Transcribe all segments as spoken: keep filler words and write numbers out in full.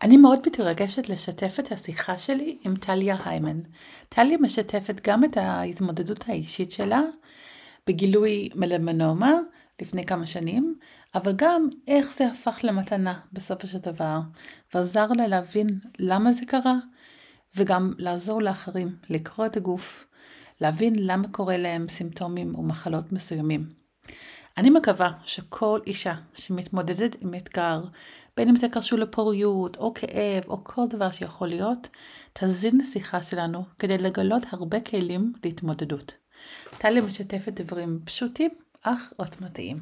אני מאוד מתרגשת לשתף את השיחה שלי עם טליה היימן. טליה משתפת גם את ההתמודדות האישית שלה בגילוי מלנומה לפני כמה שנים, אבל גם איך זה הפך למתנה בסופו של דבר, ועזר לה להבין למה זה קרה, וגם לעזור לאחרים לקרוא את הגוף, להבין למה קורה להם סימפטומים ומחלות מסוימים. אני מקווה שכל אישה שמתמודדת עם אתגר, בין אם זה קשור לפוריות או כאב או כל דבר שיכול להיות, תזין לשיחה שלנו כדי לגלות הרבה כלים להתמודדות. טליה משתפת דברים פשוטים אך עוצמתיים.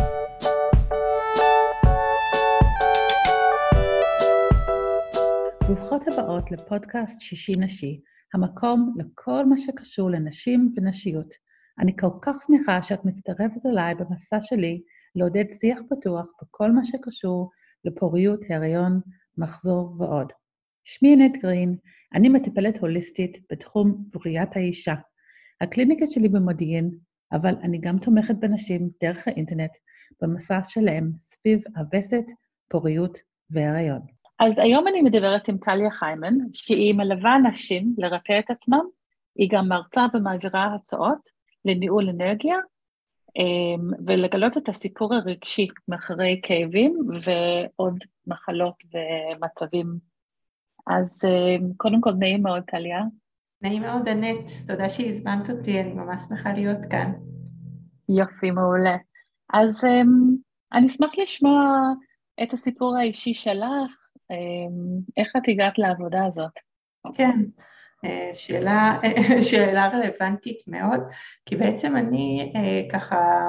ברוכות הבאות לפודקאסט שישי נשי, המקום לכל מה שקשור לנשים ונשיות. אני כל כך שמחה שאת מצטרפת אליי במסע שלי לעודד שיח פתוח בכל מה שקשור לפוריות, הריון, מחזור ועוד. שמי ענת גרין, אני מטפלת הוליסטית בתחום בריאת האישה. הקליניקה שלי במודיעין, אבל אני גם תומכת בנשים דרך האינטרנט במסע שלהם סביב הווסת, פוריות והריון. אז היום אני מדברת עם טליה היימן, שהיא מלווה נשים לרפא את עצמם, היא גם מרצה ומעבירה הרצאות לניהול אנרגיה, ולגלות את הסיפור הרגשי מאחורי כאבים ועוד מחלות ומצבים. אז קודם כל נעים מאוד, טליה. נעים מאוד, ענת. תודה שהזמנת אותי, אני ממש שמחה להיות כאן. יופי, מעולה. אז אני אשמח לשמוע את הסיפור האישי שלך, איך את הגעת לעבודה הזאת? כן. שאלה, שאלה רלוונטית מאוד, כי בעצם אני ככה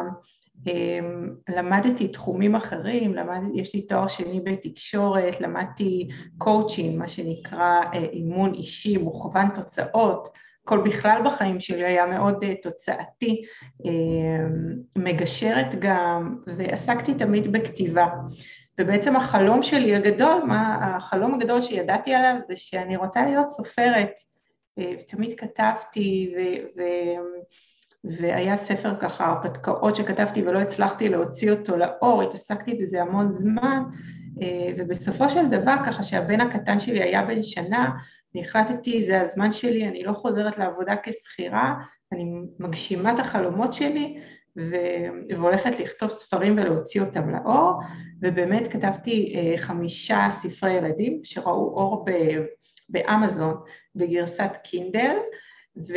למדתי תחומים אחרים, למדתי, יש לי תואר שני בתקשורת, למדתי קואוצ'ינג, מה שנקרא אימון אישי, מוכוון תוצאות, כל בכלל בחיים שלי היה מאוד תוצאתי, מגשרת גם, ועסקתי תמיד בכתיבה. ובעצם החלום שלי הגדול, מה החלום הגדול שידעתי עליו, זה שאני רוצה להיות סופרת, תמיד כתבתי, ו- ו- והיה ספר ככה, הרפתקאות שכתבתי ולא הצלחתי להוציא אותו לאור, התעסקתי בזה המון זמן, ובסופו של דבר, ככה שהבן הקטן שלי היה בן שנה, אני החלטתי, זה הזמן שלי, אני לא חוזרת לעבודה כשכירה, אני מגשימה את החלומות שלי, ו- והולכת לכתוב ספרים ולהוציא אותם לאור, ובאמת כתבתי חמישה ספרי ילדים שראו אור ב- באמזון, בגרסת קינדל, ו...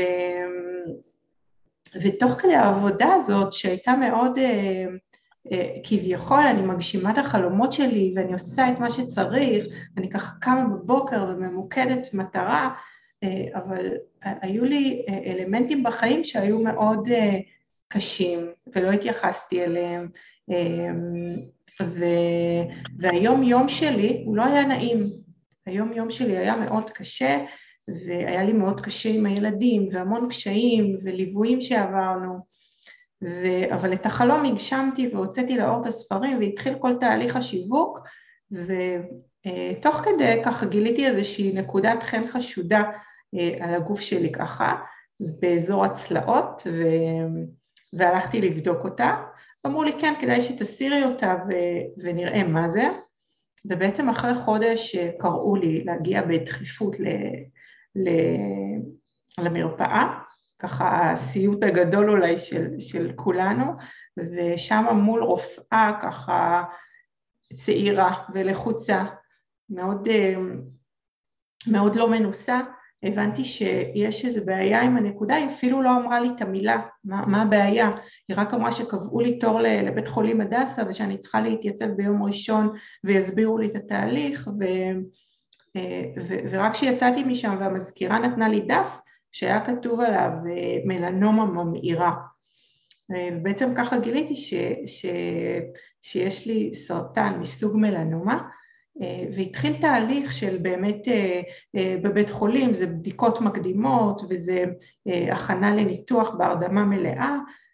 ותוך כדי העבודה הזאת שהייתה מאוד, כביכול אני מגשימה את החלומות שלי ואני עושה את מה שצריך, אני ככה קמה בבוקר וממוקדת מטרה, אבל היו לי אלמנטים בחיים שהיו מאוד קשים ולא התייחסתי אליהם, ו... והיום יום שלי הוא לא היה נעים, היום יום שלי היה מאוד קשה, והיה לי מאוד קשה עם הילדים, והמון קשיים וליוויים שעברנו, ו... אבל את החלום הגשמתי והוצאתי לאור את הספרים, והתחיל כל תהליך השיווק, ותוך כדי ככה גיליתי איזושהי נקודת חן חשודה על הגוף שלי ככה, באזור הצלעות, ו... והלכתי לבדוק אותה, אמרו לי כן, כדאי שתסירי אותה ו... ונראה מה זה, ובעצם אחרי חודש קראו לי להגיע בדחיפות ל... ל... למרפאה, ככה הסיוט הגדול אולי של, של כולנו, ושם מול רופאה ככה צעירה ולחוצה, מאוד, מאוד לא מנוסה, הבנתי שיש איזו בעיה עם הנקודה, היא אפילו לא אמרה לי את המילה, מה, מה הבעיה, היא רק אמרה שקבעו לי תור לבית חולים הדסה, ושאני צריכה להתייצב ביום ראשון, ויסבירו לי את התהליך, ו, ו, ורק שיצאתי משם, והמזכירה נתנה לי דף, שהיה כתוב עליו מלנומה ממאירה, ובעצם ככה גיליתי ש, ש, שיש לי סרטן מסוג מלנומה, והתחיל תהליך של באמת בבית חולים, זה בדיקות מקדימות וזה הכנה לניתוח בהרדמה מלאה,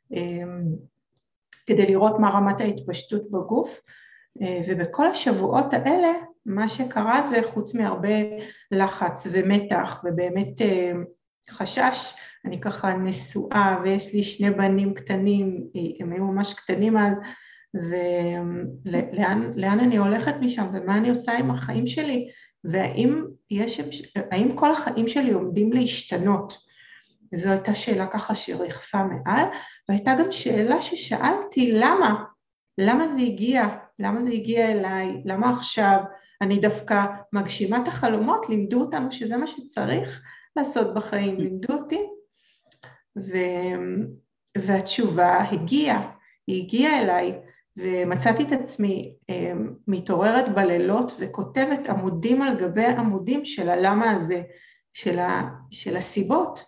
כדי לראות מה רמת ההתפשטות בגוף, ובכל השבועות האלה מה שקרה זה חוץ מהרבה לחץ ומתח ובאמת חשש, אני ככה נשואה ויש לי שני בנים קטנים, הם היו ממש קטנים אז, ולאן לאן אני הולכת משם ומה אני עושה עם החיים שלי, והאם יש, האם כל החיים שלי עומדים להשתנות? זו הייתה שאלה ככה שרחפה מעל, והייתה גם שאלה ששאלתי, למה? למה זה הגיע? למה זה הגיע אליי? למה עכשיו? אני דווקא מגשימה את החלומות, לימדו אותנו שזה מה שצריך לעשות בחיים, לימדו אותי. ו... והתשובה הגיעה, היא הגיעה אליי, ומצאתי את עצמי מתעוררת בלילות וכותבת עמודים על גבי עמודים של הלמה הזה, של, ה... של הסיבות,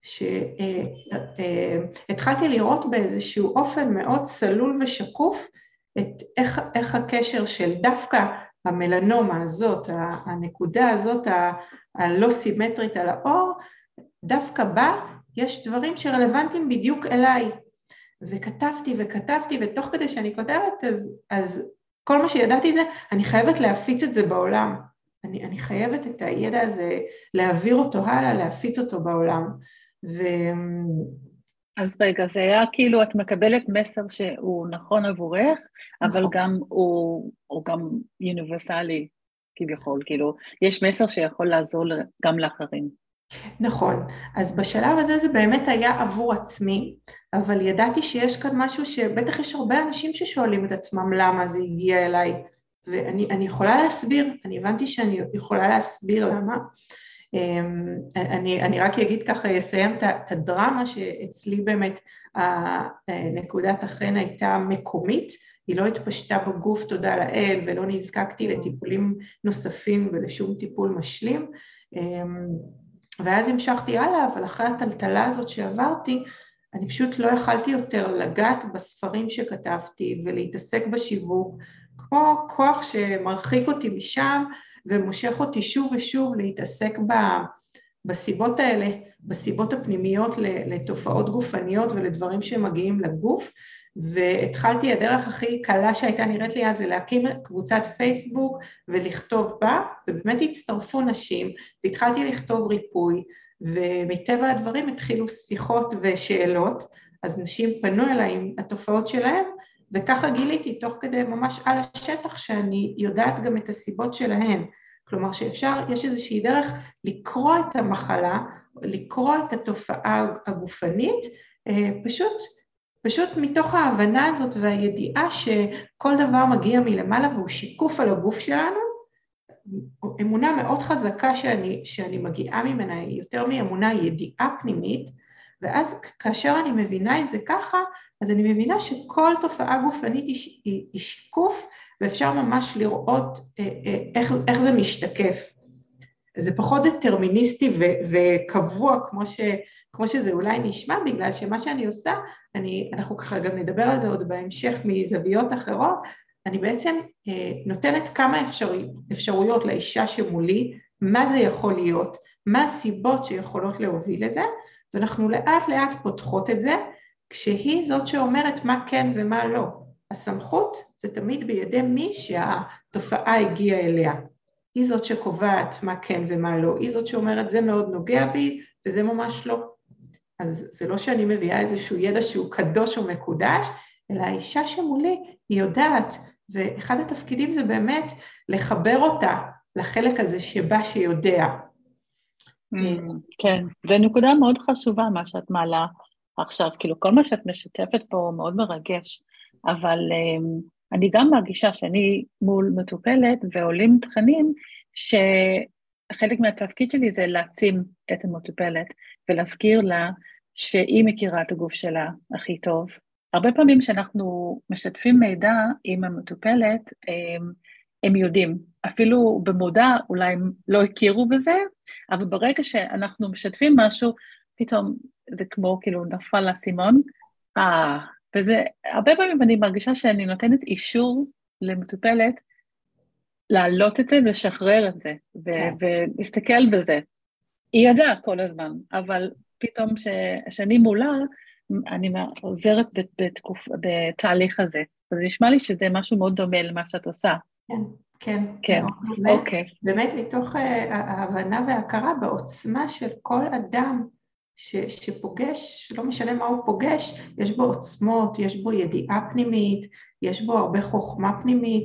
שהתחלתי לראות באיזשהו אופן מאוד צלול ושקוף, את איך, איך הקשר של דווקא המלנומה הזאת, הנקודה הזאת, הלא סימטרית על האור, דווקא בה יש דברים שרלוונטיים בדיוק אליי. וכתבתי וכתבתי, ותוך כדי שאני כותבת, אז, אז כל מה שידעתי זה, אני חייבת להפיץ את זה בעולם. אני, אני חייבת את הידע הזה, להעביר אותו הלאה, להפיץ אותו בעולם. ו... אז רגע, זה היה כאילו, את מקבלת מסר שהוא נכון עבורך, נכון. אבל גם הוא, הוא גם אוניברסלי כביכול, כאילו, יש מסר שיכול לעזור גם לאחרים. נכון, אז בשלב הזה זה באמת היה עבור עצמי, אבל ידעתי שיש כאן משהו שבטח יש הרבה אנשים ששואלים את עצמם למה זה הגיע אליי, ואני אני יכולה להסביר, אני הבנתי שאני יכולה להסביר למה, אני, אני רק אגיד ככה, אסיים את הדרמה שאצלי באמת נקודת החן הייתה מקומית, היא לא התפשטה בגוף תודה לאל, ולא נזקקתי לטיפולים נוספים ולשום טיפול משלים, ואז המשכתי הלאה, אבל אחרי הטלטלה הזאת שעברתי, אני פשוט לא יכלתי יותר לגעת בספרים שכתבתי ולהתעסק בשיווק, כמו כוח שמרחיק אותי משם ומושך אותי שוב ושוב להתעסק בסיבות האלה, בסיבות הפנימיות לתופעות גופניות ולדברים שמגיעים לגוף, והתחלתי, הדרך הכי קלה שהייתה נראית לי אז זה להקים קבוצת פייסבוק ולכתוב בה, ובאמת הצטרפו נשים, והתחלתי לכתוב ריפוי, ומטבע הדברים התחילו שיחות ושאלות, אז נשים פנו אליי עם התופעות שלהם, וככה גיליתי תוך כדי ממש על השטח שאני יודעת גם את הסיבות שלהן, כלומר שאפשר, יש איזושהי דרך לקרוא את המחלה, לקרוא את התופעה הגופנית, פשוט פשוט מתוך ההבנה הזאת והידיעה שכל דבר מגיע מלמעלה והוא שיקוף על הגוף שלנו, אמונה מאוד חזקה שאני, שאני מגיעה ממנה, יותר מאמונה ידיעה פנימית, ואז כאשר אני מבינה את זה ככה, אז אני מבינה שכל תופעה גופנית היא, היא, היא שיקוף, ואפשר ממש לראות איך, איך זה משתקף. זה פחות דטרמיניסטי וקבוע כמו, ש, כמו שזה אולי נשמע, בגלל שמה שאני עושה, אני, אנחנו ככה גם נדבר על זה עוד בהמשך מזוויות אחרות, אני בעצם אה, נותנת כמה אפשרי, אפשרויות לאישה שמולי, מה זה יכול להיות, מה הסיבות שיכולות להוביל לזה, ואנחנו לאט לאט פותחות את זה, כשהיא זאת שאומרת מה כן ומה לא. הסמכות זה תמיד בידי מי שהתופעה הגיעה אליה. היא זאת שקובעת מה כן ומה לא, היא זאת שאומרת זה מאוד נוגע בי וזה ממש לא. אז זה לא שאני מביאה איזשהו ידע שהוא קדוש או מקודש, אלא האישה שמולי היא יודעת, ואחד התפקידים זה באמת לחבר אותה לחלק הזה שבה שיודע. כן, זו נקודה מאוד חשובה מה שאת מעלה עכשיו, כאילו כל מה שאת משתפת פה מאוד מרגש, אבל אני גם מרגישה שאני מול מטופלת ועולים תכנים שחלק מהתפקיד שלי זה להעצים את המטופלת ולהזכיר לה שהיא מכירה את הגוף שלה הכי טוב. הרבה פעמים שאנחנו משתפים מידע עם המטופלת, הם, הם יודעים, אפילו במודע אולי הם לא הכירו בזה, אבל ברגע שאנחנו משתפים משהו, פתאום זה כמו כאילו נפל לסימון, אה, וזה, הרבה פעמים אני מרגישה שאני נותנת אישור למטופלת, להעלות את זה ולשחרר את זה, ו- ולהסתכל בזה. היא ידעה כל הזמן, אבל פתאום ש- שאני מולה, אני עוזרת בתקוף, בתהליך הזה. אז נשמע לי שזה משהו מאוד דומה למה שאת עושה. כן, כן. כן, באמת, אוקיי. באמת מתוך ההבנה וההכרה בעוצמה של כל אדם ש, שפוגש, לא משנה מה הוא פוגש, יש בו עוצמות, יש בו ידיעה פנימית, יש בו הרבה חוכמה פנימית,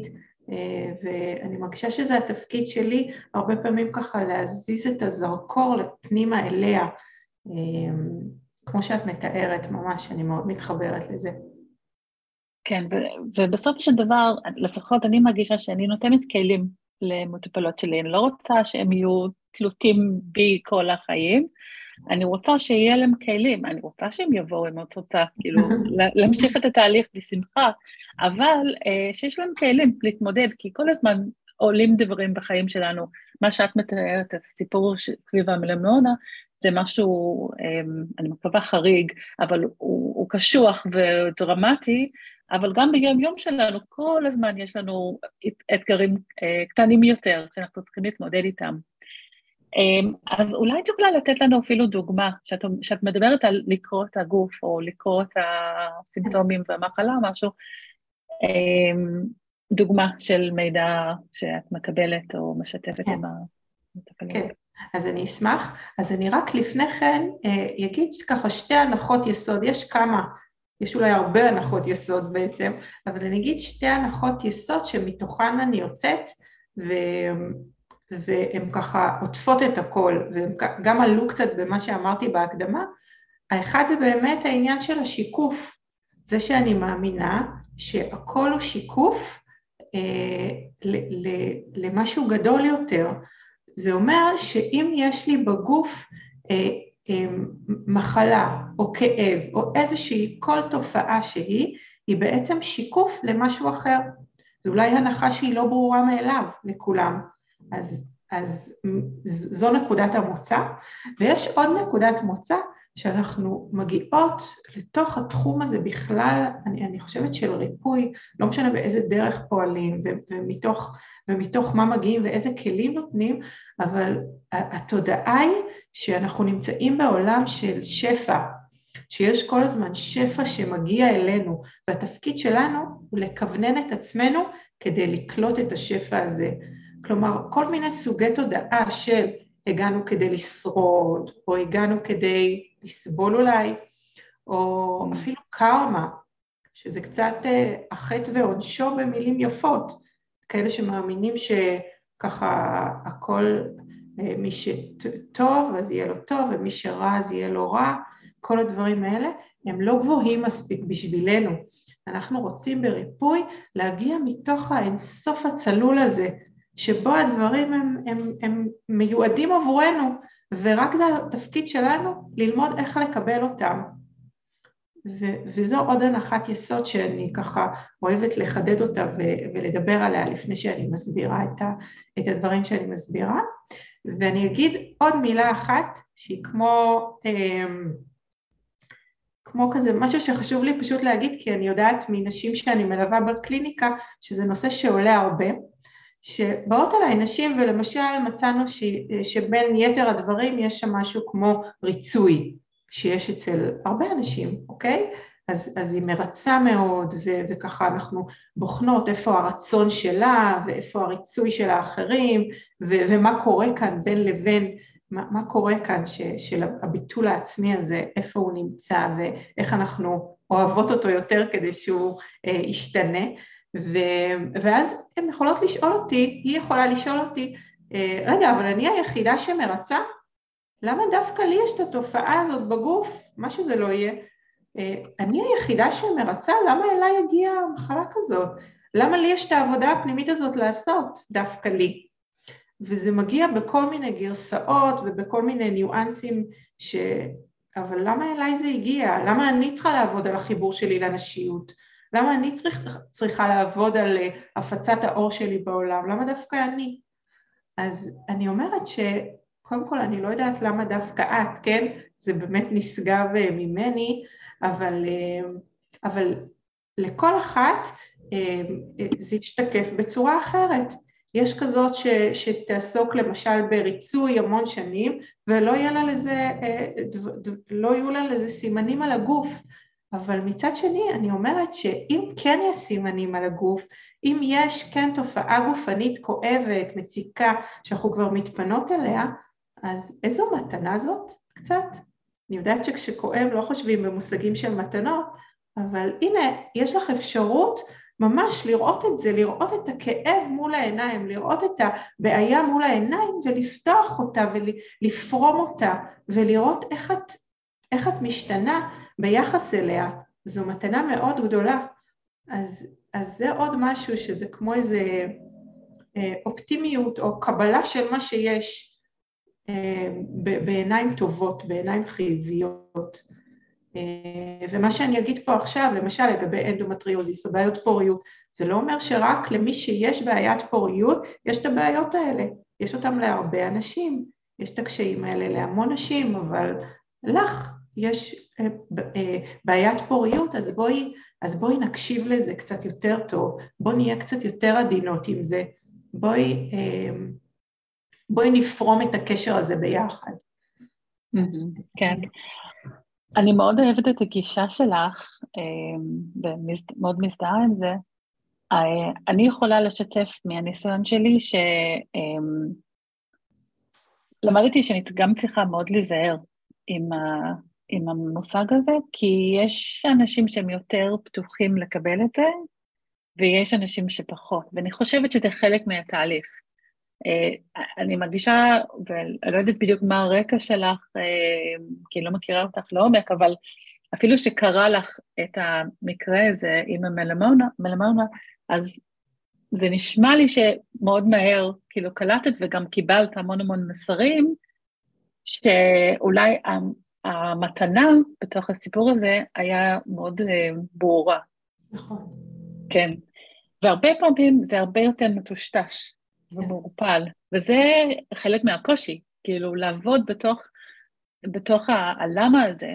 ואני מרגישה שזה התפקיד שלי, הרבה פעמים ככה להזיז את הזרקור לפנימה אליה, כמו שאת מתארת ממש, אני מאוד מתחברת לזה. כן, ובסוף של דבר, לפחות אני מרגישה שאני נותנת כלים למטופלות שלי, אני לא רוצה שהם יהיו תלותים בי כל החיים, אני רוצה שיהיה להם כלים, אני רוצה שהם יבואו עם התוצאה, כאילו, להמשיך את התהליך בשמחה, אבל שיש להם כלים להתמודד, כי כל הזמן עולים דברים בחיים שלנו, מה שאת מתארת, הסיפור סביב המלנומה, זה משהו, אני מקווה חריג, אבל הוא, הוא קשוח ודרמטי, אבל גם ביום יום שלנו, כל הזמן יש לנו אתגרים קטנים יותר, שאנחנו צריכים להתמודד איתם. אז אולי תוכלה לתת לנו אפילו דוגמה, שאת, שאת מדברת על לקרוא את הגוף, או לקרוא את הסימפטומים והמחלה, משהו, דוגמה של מידע שאת מקבלת או משתפת עם המטפלים. כן, אז אני אשמח. אז אני רק לפני כן אגיד ככה שתי הנחות יסוד, יש כמה, יש אולי הרבה הנחות יסוד בעצם, אבל אני אגיד שתי הנחות יסוד שמתוכן אני יוצאת, ו... והן ככה עוטפות את הכל, והם גם עלו קצת במה שאמרתי בהקדמה. האחד זה באמת העניין של השיקוף, זה שאני מאמינה שהכל הוא שיקוף אה, ל- ל- למשהו גדול יותר. זה אומר שאם יש לי בגוף אה, אה, מחלה או כאב או איזושהי כל תופעה שהיא, היא בעצם שיקוף למשהו אחר. זו אולי הנחה שהיא לא ברורה מאליו לכולם. אז, אז זו נקודת המוצא, ויש עוד נקודת מוצא שאנחנו מגיעות לתוך התחום הזה בכלל, אני, אני חושבת של ריפוי, לא משנה באיזה דרך פועלים, ומתוך, ומתוך מה מגיעים ואיזה כלים נותנים, אבל התודעה היא שאנחנו נמצאים בעולם של שפע, שיש כל הזמן שפע שמגיע אלינו, והתפקיד שלנו הוא לכוונן את עצמנו כדי לקלוט את השפע הזה. כלומר, כל מיני סוגי תודעה של הגענו כדי לשרוד, או הגענו כדי לסבול אולי, או אפילו קרמה, שזה קצת החטא ועונשו במילים יפות, כאלה שמאמינים שככה הכל, מי שטוב אז יהיה לו טוב, ומי שרע אז יהיה לו רע, כל הדברים האלה הם לא גבוהים מספיק בשבילנו. אנחנו רוצים בריפוי להגיע מתוך האינסוף הצלול הזה, שבו הדברים הם, הם, הם מיועדים עבורנו, ורק זה התפקיד שלנו ללמוד איך לקבל אותם. ו- וזו עוד הנחת יסוד שאני ככה אוהבת לחדד אותה ו- ולדבר עליה לפני שאני מסבירה את, ה- את הדברים שאני מסבירה. ואני אגיד עוד מילה אחת שהיא כמו, כמו כזה משהו שחשוב לי פשוט להגיד, כי אני יודעת מנשים שאני מלווה בקליניקה שזה נושא שעולה הרבה, שבאות עליי נשים, ולמשל מצאנו ש, שבין יתר הדברים יש שם משהו כמו ריצוי, שיש אצל הרבה אנשים, אוקיי? אז, אז היא מרצה מאוד, ו, וככה אנחנו בוחנות איפה הרצון שלה, ואיפה הריצוי של האחרים, ו, ומה קורה כאן בין לבין, מה, מה קורה כאן ש, של הביטול העצמי הזה, איפה הוא נמצא, ואיך אנחנו אוהבות אותו יותר כדי שהוא אה, ישתנה, ו- ואז הן יכולות לשאול אותי, היא יכולה לשאול אותי, רגע, אבל אני היחידה שמרצה? למה דווקא לי יש את התופעה הזאת בגוף? מה שזה לא יהיה. אני היחידה שמרצה? למה אליי הגיעה מחלה כזאת? למה לי יש את העבודה הפנימית הזאת לעשות? דווקא לי. וזה מגיע בכל מיני גרסאות ובכל מיני ניואנסים, ש... אבל למה אליי זה הגיע? למה אני צריכה לעבוד על החיבור שלי לנשיות? למה אני צריך, צריכה לעבוד על הפצת האור שלי בעולם? למה דווקא אני? אז אני אומרת שקודם כל אני לא יודעת למה דווקא את, כן? זה באמת נשגב ממני, אבל, אבל לכל אחת זה ישתקף בצורה אחרת. יש כזאת ש, שתעסוק למשל בריצוי המון שנים, ולא יהיה לה לזה, לא יהיו לה לזה סימנים על הגוף, אבל מצד שני אני אומרת שאם כן יש סימנים על הגוף, אם יש כן תופעה גופנית כואבת, מציקה, שאנחנו כבר מתפנות אליה, אז איזו מתנה זאת קצת? אני יודעת שכשכואב לא חושבים במושגים של מתנות, אבל הנה יש לך אפשרות ממש לראות את זה, לראות את הכאב מול העיניים, לראות את הבעיה מול העיניים ולפתוח אותה ולפרום אותה ולראות איך את, איך את משתנה ביחס אליה. זו מתנה מאוד גדולה. אז, אז זה עוד משהו שזה כמו איזה אופטימיות או קבלה של מה שיש בעיניים טובות, בעיניים חיוביות. ומה שאני אגיד פה עכשיו, למשל לגבי אנדומטריוזיס או בעיות פוריות, זה לא אומר שרק למי שיש בעיית פוריות, יש את הבעיות האלה. יש אותם להרבה אנשים, יש את הקשיים האלה להמון נשים, אבל לך יש בעיית פוריות, אז בואי, אז בואי נקשיב לזה קצת יותר טוב, בואי נהיה קצת יותר עדינות עם זה, בואי, בואי נפרום את הקשר הזה ביחד. כן. אני מאוד אוהבת את הגישה שלך, ומאוד מזדהה עם זה. אני יכולה לשתף מהניסיון שלי שלמדתי שאני גם צריכה מאוד להיזהר עם, ה... עם המושג הזה, כי יש אנשים שהם יותר פתוחים לקבל את זה, ויש אנשים שפחות, ואני חושבת שזה חלק מהתהליך. אני מרגישה, ואני לא יודעת בדיוק מה הרקע שלך, כי אני לא מכירה אותך לעומק, אבל אפילו שקרה לך את המקרה הזה עם המלמונה, מלמונה, אז זה נשמע לי שמאוד מהר, כאילו קלטת וגם קיבלת המון המון מסרים, שאולי המתנה בתוך הסיפור הזה היה מאוד ברורה. נכון. כן. והרבה פעמים זה הרבה יותר מטושטש. ומורפל, וזה חלק מהקושי, כאילו לעבוד בתוך, בתוך הלמה הזה,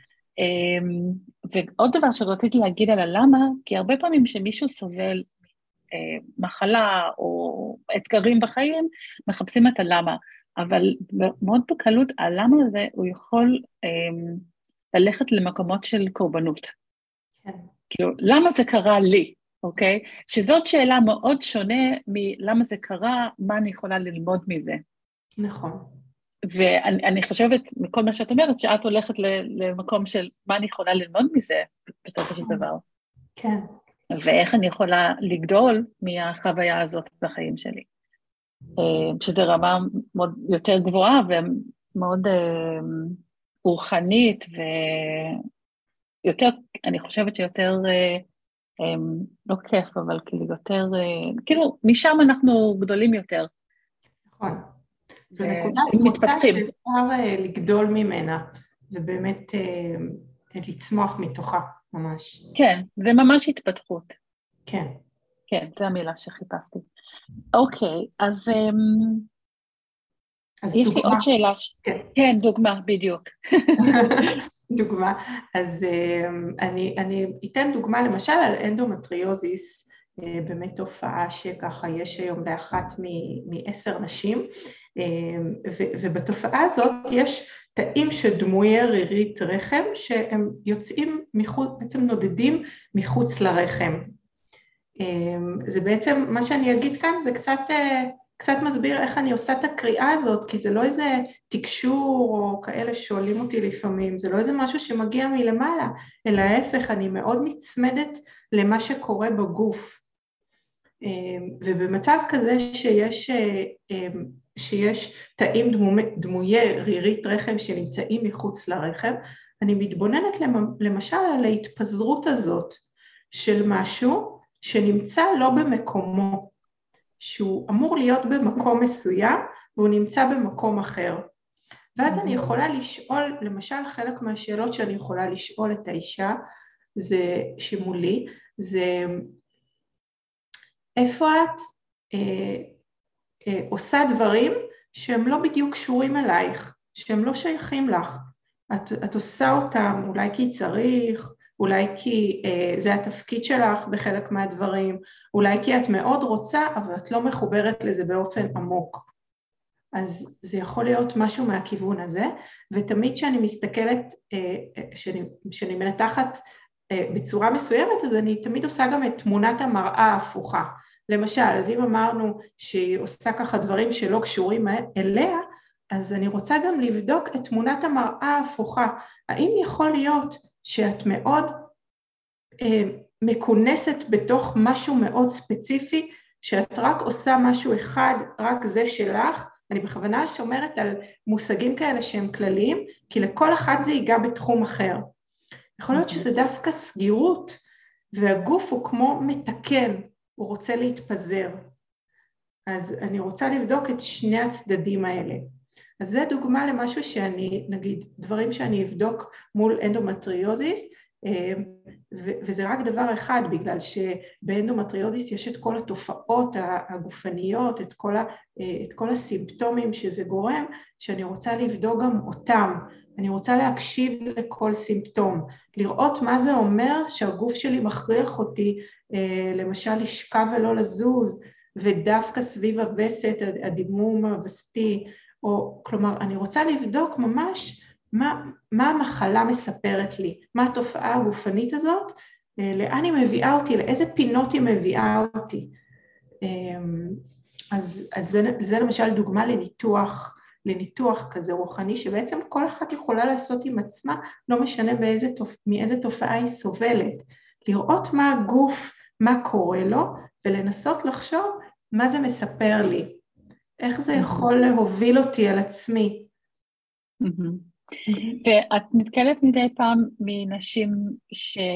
ועוד דבר שרציתי להגיד על הלמה, כי הרבה פעמים שמישהו סובל מחלה או אתגרים בחיים, מחפשים את הלמה, אבל מאוד בקלות הלמה הזה הוא יכול ללכת למקומות של קורבנות. כן. כאילו, למה זה קרה לי? אוקיי? שזאת שאלה מאוד שונה מלמה זה קרה, מה אני יכולה ללמוד מזה. נכון. ואני חושבת, מכל מה שאת אומרת, שאת הולכת למקום של מה אני יכולה ללמוד מזה, בסופו של דבר. כן. ואיך אני יכולה לגדול מהחוויה הזאת בחיים שלי. שזה רמה מאוד יותר גבוהה ומאוד רוחנית, ויותר, אני חושבת שיותר... לא כיף, אבל כאילו יותר, כאילו, משם אנחנו גדולים יותר. נכון. זו נקודת מוצא שאפשר לגדול ממנה, ובאמת לצמוח מתוכה, ממש. כן, זה ממש התפתחות. כן. כן, זו המילה שחיפשתי. אוקיי, אז, אז יש דוגמה. לי עוד שאלה. כן, כן דוגמה, בדיוק. דוגמה, אז אני, אני אתן דוגמה למשל על אנדומטריוזיס, באמת תופעה שככה יש היום באחת מעשר נשים, ובתופעה הזאת יש תאים שדמויי רירית רחם שהם יוצאים מחוץ, בעצם נודדים מחוץ לרחם. זה בעצם, מה שאני אגיד כאן זה קצת... קצת מסביר איך אני עושה את הקריאה הזאת, כי זה לא איזה תקשור או כאלה שואלים אותי לפעמים, זה לא איזה משהו שמגיע מלמעלה, אלא ההפך, אני מאוד נצמדת למה שקורה בגוף. ובמצב כזה שיש, שיש תאים דמויי רירית רחם שנמצאים מחוץ לרחם, אני מתבוננת למשל על ההתפזרות הזאת של משהו שנמצא לא במקומו, שהוא אמור להיות במקום מסוים, והוא נמצא במקום אחר. ואז אני יכולה לשאול, למשל חלק מהשאלות שאני יכולה לשאול את האישה, זה שמולי, זה איפה את אה, אה, עושה דברים שהם לא בדיוק קשורים אלייך, שהם לא שייכים לך. את, את עושה אותם אולי כי צריך, אולי כי אה, זה התפקיד שלך בחלק מהדברים, אולי כי את מאוד רוצה, אבל את לא מחוברת לזה באופן עמוק. אז זה יכול להיות משהו מהכיוון הזה, ותמיד שאני מסתכלת, אה, שאני, שאני מנתחת אה, בצורה מסוימת, אז אני תמיד עושה גם את תמונת המראה ההפוכה. למשל, אז אם אמרנו שהיא עושה ככה דברים שלא קשורים אליה, אז אני רוצה גם לבדוק את תמונת המראה ההפוכה. האם יכול להיות שאת מאוד אה, מכונסת בתוך משהו מאוד ספציפי, שאת רק עושה משהו אחד, רק זה שלך, אני בכוונה שומרת על מושגים כאלה שהם כלליים, כי לכל אחת זה ייגע בתחום אחר. יכול להיות שזה דווקא סגירות, והגוף הוא כמו מתקן, הוא רוצה להתפזר. אז אני רוצה לבדוק את שני הצדדים האלה. אז זה דוגמה למשהו שאני, נגיד, דברים שאני אבדוק מול אנדומטריוזיס, וזה רק דבר אחד, בגלל שבאנדומטריוזיס יש את כל התופעות הגופניות, את כל, ה, את כל הסימפטומים שזה גורם, שאני רוצה לבדוק גם אותם. אני רוצה להקשיב לכל סימפטום, לראות מה זה אומר שהגוף שלי מכריח אותי, למשל לשכב ולא לזוז, ודווקא סביב הווסת, הדימום הווסתי, או כלומר, אני רוצה לבדוק ממש מה, מה המחלה מספרת לי, מה התופעה הגופנית הזאת, לאן היא מביאה אותי, לאיזה פינות היא מביאה אותי. אז, אז זה, זה למשל דוגמה לניתוח, לניתוח כזה רוחני, שבעצם כל אחת יכולה לעשות עם עצמה, לא משנה באיזה, מאיזה תופעה היא סובלת, לראות מה הגוף, מה קורה לו, ולנסות לחשוב מה זה מספר לי, איך זה יכול להוביל אותי על עצמי. ואת נתקלת מדי פעם מנשים שהן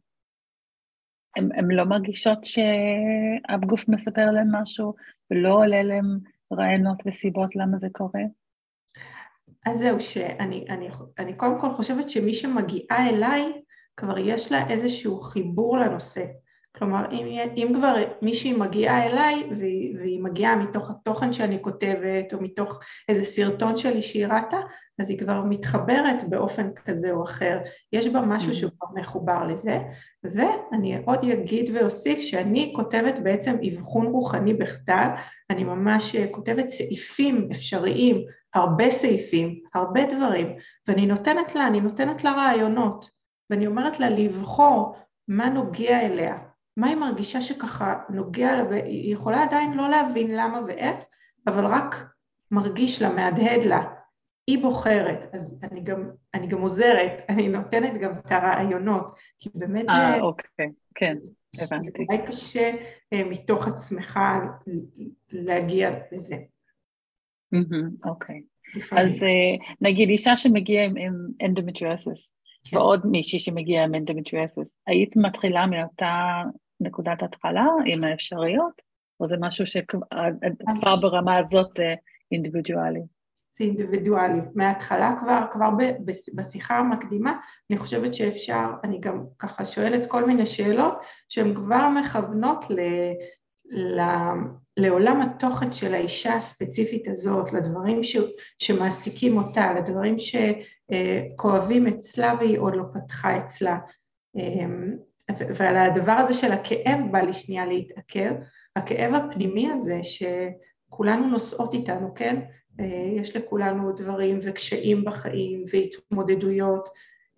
לא מרגישות שהגוף מספר להם משהו, ולא עולה להם רעיונות וסיבות למה זה קורה? אז זהו, שאני אני, אני קודם כל חושבת שמי שמגיעה אליי, כבר יש לה איזשהו חיבור לנושא. כלומר, אם, אם כבר מישהי מגיעה אליי, והיא, והיא מגיעה מתוך התוכן שאני כותבת, או מתוך איזה סרטון שלי שהיא ראתה, אז היא כבר מתחברת באופן כזה או אחר. יש בה משהו שהוא כבר מחובר לזה, ואני עוד אגיד ואוסיף שאני כותבת בעצם אבחון רוחני בכתב, אני ממש כותבת סעיפים אפשריים, הרבה סעיפים, הרבה דברים, ואני נותנת לה, אני נותנת לה רעיונות, ואני אומרת לה לבחור מה נוגע אליה, מה היא מרגישה שככה נוגע לה, והיא יכולה עדיין לא להבין למה ואיך, אבל רק מרגיש לה, מהדהד לה, היא בוחרת, אז אני גם, אני גם עוזרת, אני נותנת גם את הרעיונות, כי באמת 아, זה... אוקיי, כן, הבנתי. זה אולי קשה מתוך עצמך להגיע לזה. אוקיי. אז נגיד אישה שמגיעה עם אנדומטריוזיס, ועוד מישהי שמגיעה עם אנדומטריוזיס, היית מתחילה מאותה נקודת התחלה עם האפשריות, או זה משהו שכבר ברמה הזאת זה אינדיבידואלי? זה אינדיבידואלי. מההתחלה כבר, כבר בשיחה המקדימה, אני חושבת שאפשר, אני גם ככה שואלת כל מיני שאלות, שהן כבר מכוונות ל... ל... לעולם התוכן של האישה הספציפית הזאת, לדברים ש... שמעסיקים אותה, לדברים שכואבים אצלה והיא עוד לא פתחה אצלה. ועל הדבר הזה של הכאב בא לי שנייה להתעכב, הכאב הפנימי הזה שכולנו נושאות איתנו, כן? יש לכולנו דברים וקשיים בחיים והתמודדויות,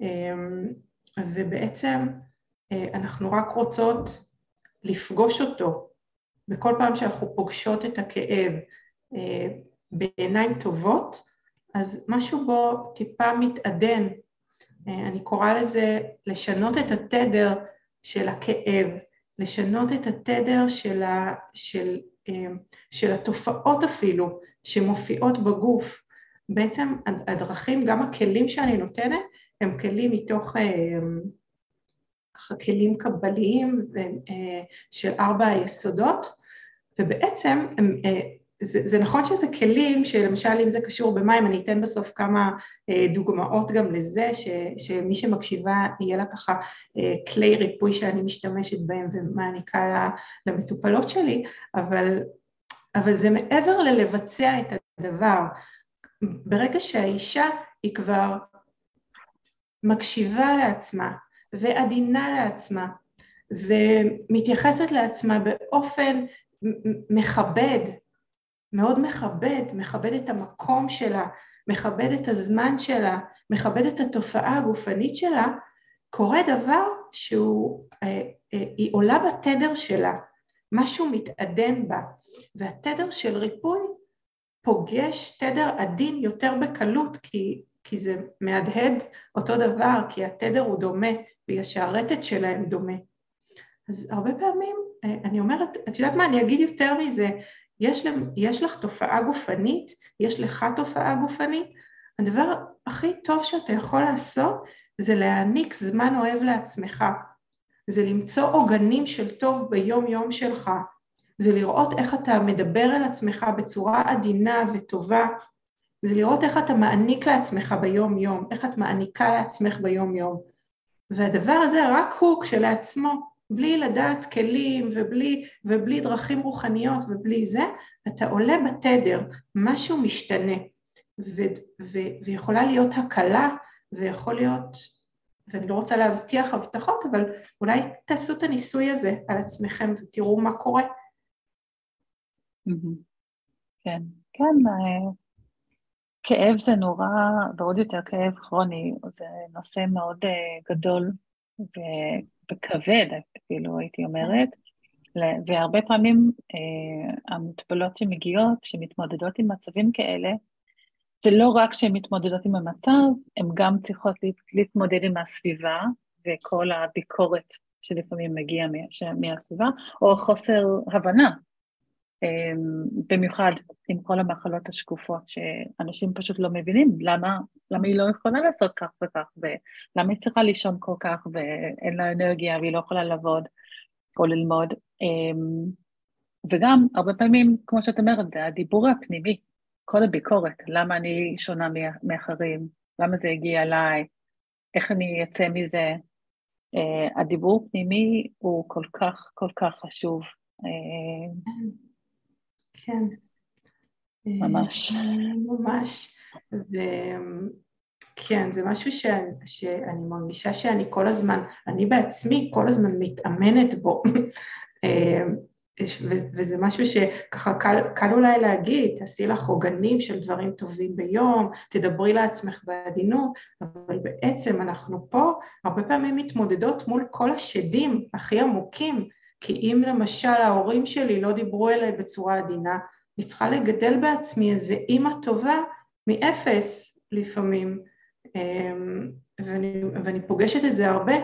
ובעצם אנחנו רק רוצות לפגוש אותו, בכל פעם שאנחנו פוגשות את הכאב בעיניים טובות, אז משהו בו טיפה מתעדן. אני קוראה לזה לשנות את התדר של הכאב, לשנות את התדר של, ה, של, של התופעות אפילו שמופיעות בגוף. בעצם הדרכים, גם הכלים שאני נותנת, הם כלים מתוך ככה כלים קבליים של ארבע היסודות, ובעצם הם, זה, זה נכון שזה כלים שלמשל אם זה קשור במים, אני אתן בסוף כמה דוגמאות גם לזה, ש, שמי שמקשיבה יהיה לה ככה כלי ריפוי שאני משתמשת בהם ומעניקה למטופלות שלי, אבל, אבל זה מעבר ללבצע את הדבר. ברגע שהאישה היא כבר מקשיבה לעצמה ועדינה לעצמה ומתייחסת לעצמה באופן מכבד, מאוד מכבד, מכבד את המקום שלה, מכבד את הזמן שלה, מכבד את התופעה הגופנית שלה, קורה דבר שהוא, היא עולה בתדר שלה, משהו מתעדן בה, והתדר של ריפוי פוגש תדר עדין יותר בקלות, כי, כי זה מהדהד אותו דבר, כי התדר הוא דומה, בגלל שהרטט שלהם דומה. אז הרבה פעמים, אני אומרת, את יודעת מה, אני אגיד יותר מזה, יש, יש לך תופעה גופנית, יש לך תופעה גופנית, הדבר הכי טוב שאתה יכול לעשות, זה להעניק זמן אוהב לעצמך, זה למצוא עוגנים של טוב ביום יום שלך, זה לראות איך אתה מדבר על עצמך בצורה עדינה וטובה, זה לראות איך אתה מעניק לעצמך ביום יום, איך את מעניקה לעצמך ביום יום, והדבר הזה רק הוא כשלעצמו, בלי לדעת כלים ובלי, ובלי דרכים רוחניות ובלי זה, אתה עולה בתדר, משהו משתנה, ו, ו, ויכולה להיות הקלה, ויכול להיות, ואני לא רוצה להבטיח הבטחות, אבל אולי תעשו את הניסוי הזה על עצמכם ותראו מה קורה. כן, כן, כאב זה נורא, ועוד יותר כאב כרוני, זה נושא מאוד גדול וכבד, אפילו הייתי אומרת, והרבה פעמים המטופלות שמגיעות, שמתמודדות עם מצבים כאלה, זה לא רק שהן מתמודדות עם המצב, הן גם צריכות להתמודד עם הסביבה, וכל הביקורת שלפעמים מגיעה מהסביבה, או חוסר הבנה, במיוחד עם כל המחלות השקופות, שאנשים פשוט לא מבינים למה, למה היא לא יכולה לעשות כך וכך, ולמה היא צריכה לישון כל כך, ואין לה אנרגיה, והיא לא יכולה לעבוד או ללמוד. וגם, הרבה פעמים, כמו שאת אומרת, זה הדיבור הפנימי, כל הביקורת, למה אני שונה מאחרים, למה זה הגיע אליי, איך אני אצא מזה. הדיבור הפנימי הוא כל כך, כל כך חשוב. כן. ממש. ממש. וכן, זה משהו שאני, שאני מרגישה שאני כל הזמן, אני בעצמי כל הזמן מתאמנת בו. וזה משהו שככה קל, קל אולי להגיד, תעשי לך עוגנים של דברים טובים ביום, תדברי לעצמך בעדינות, אבל בעצם אנחנו פה הרבה פעמים מתמודדות מול כל השדים הכי עמוקים, כי אם למשל ההורים שלי לא דיברו אליי בצורה עדינה, אני צריכה לגדל בעצמי איזה אימא טובה מאפס לפעמים, ואני, ואני פוגשת את זה הרבה.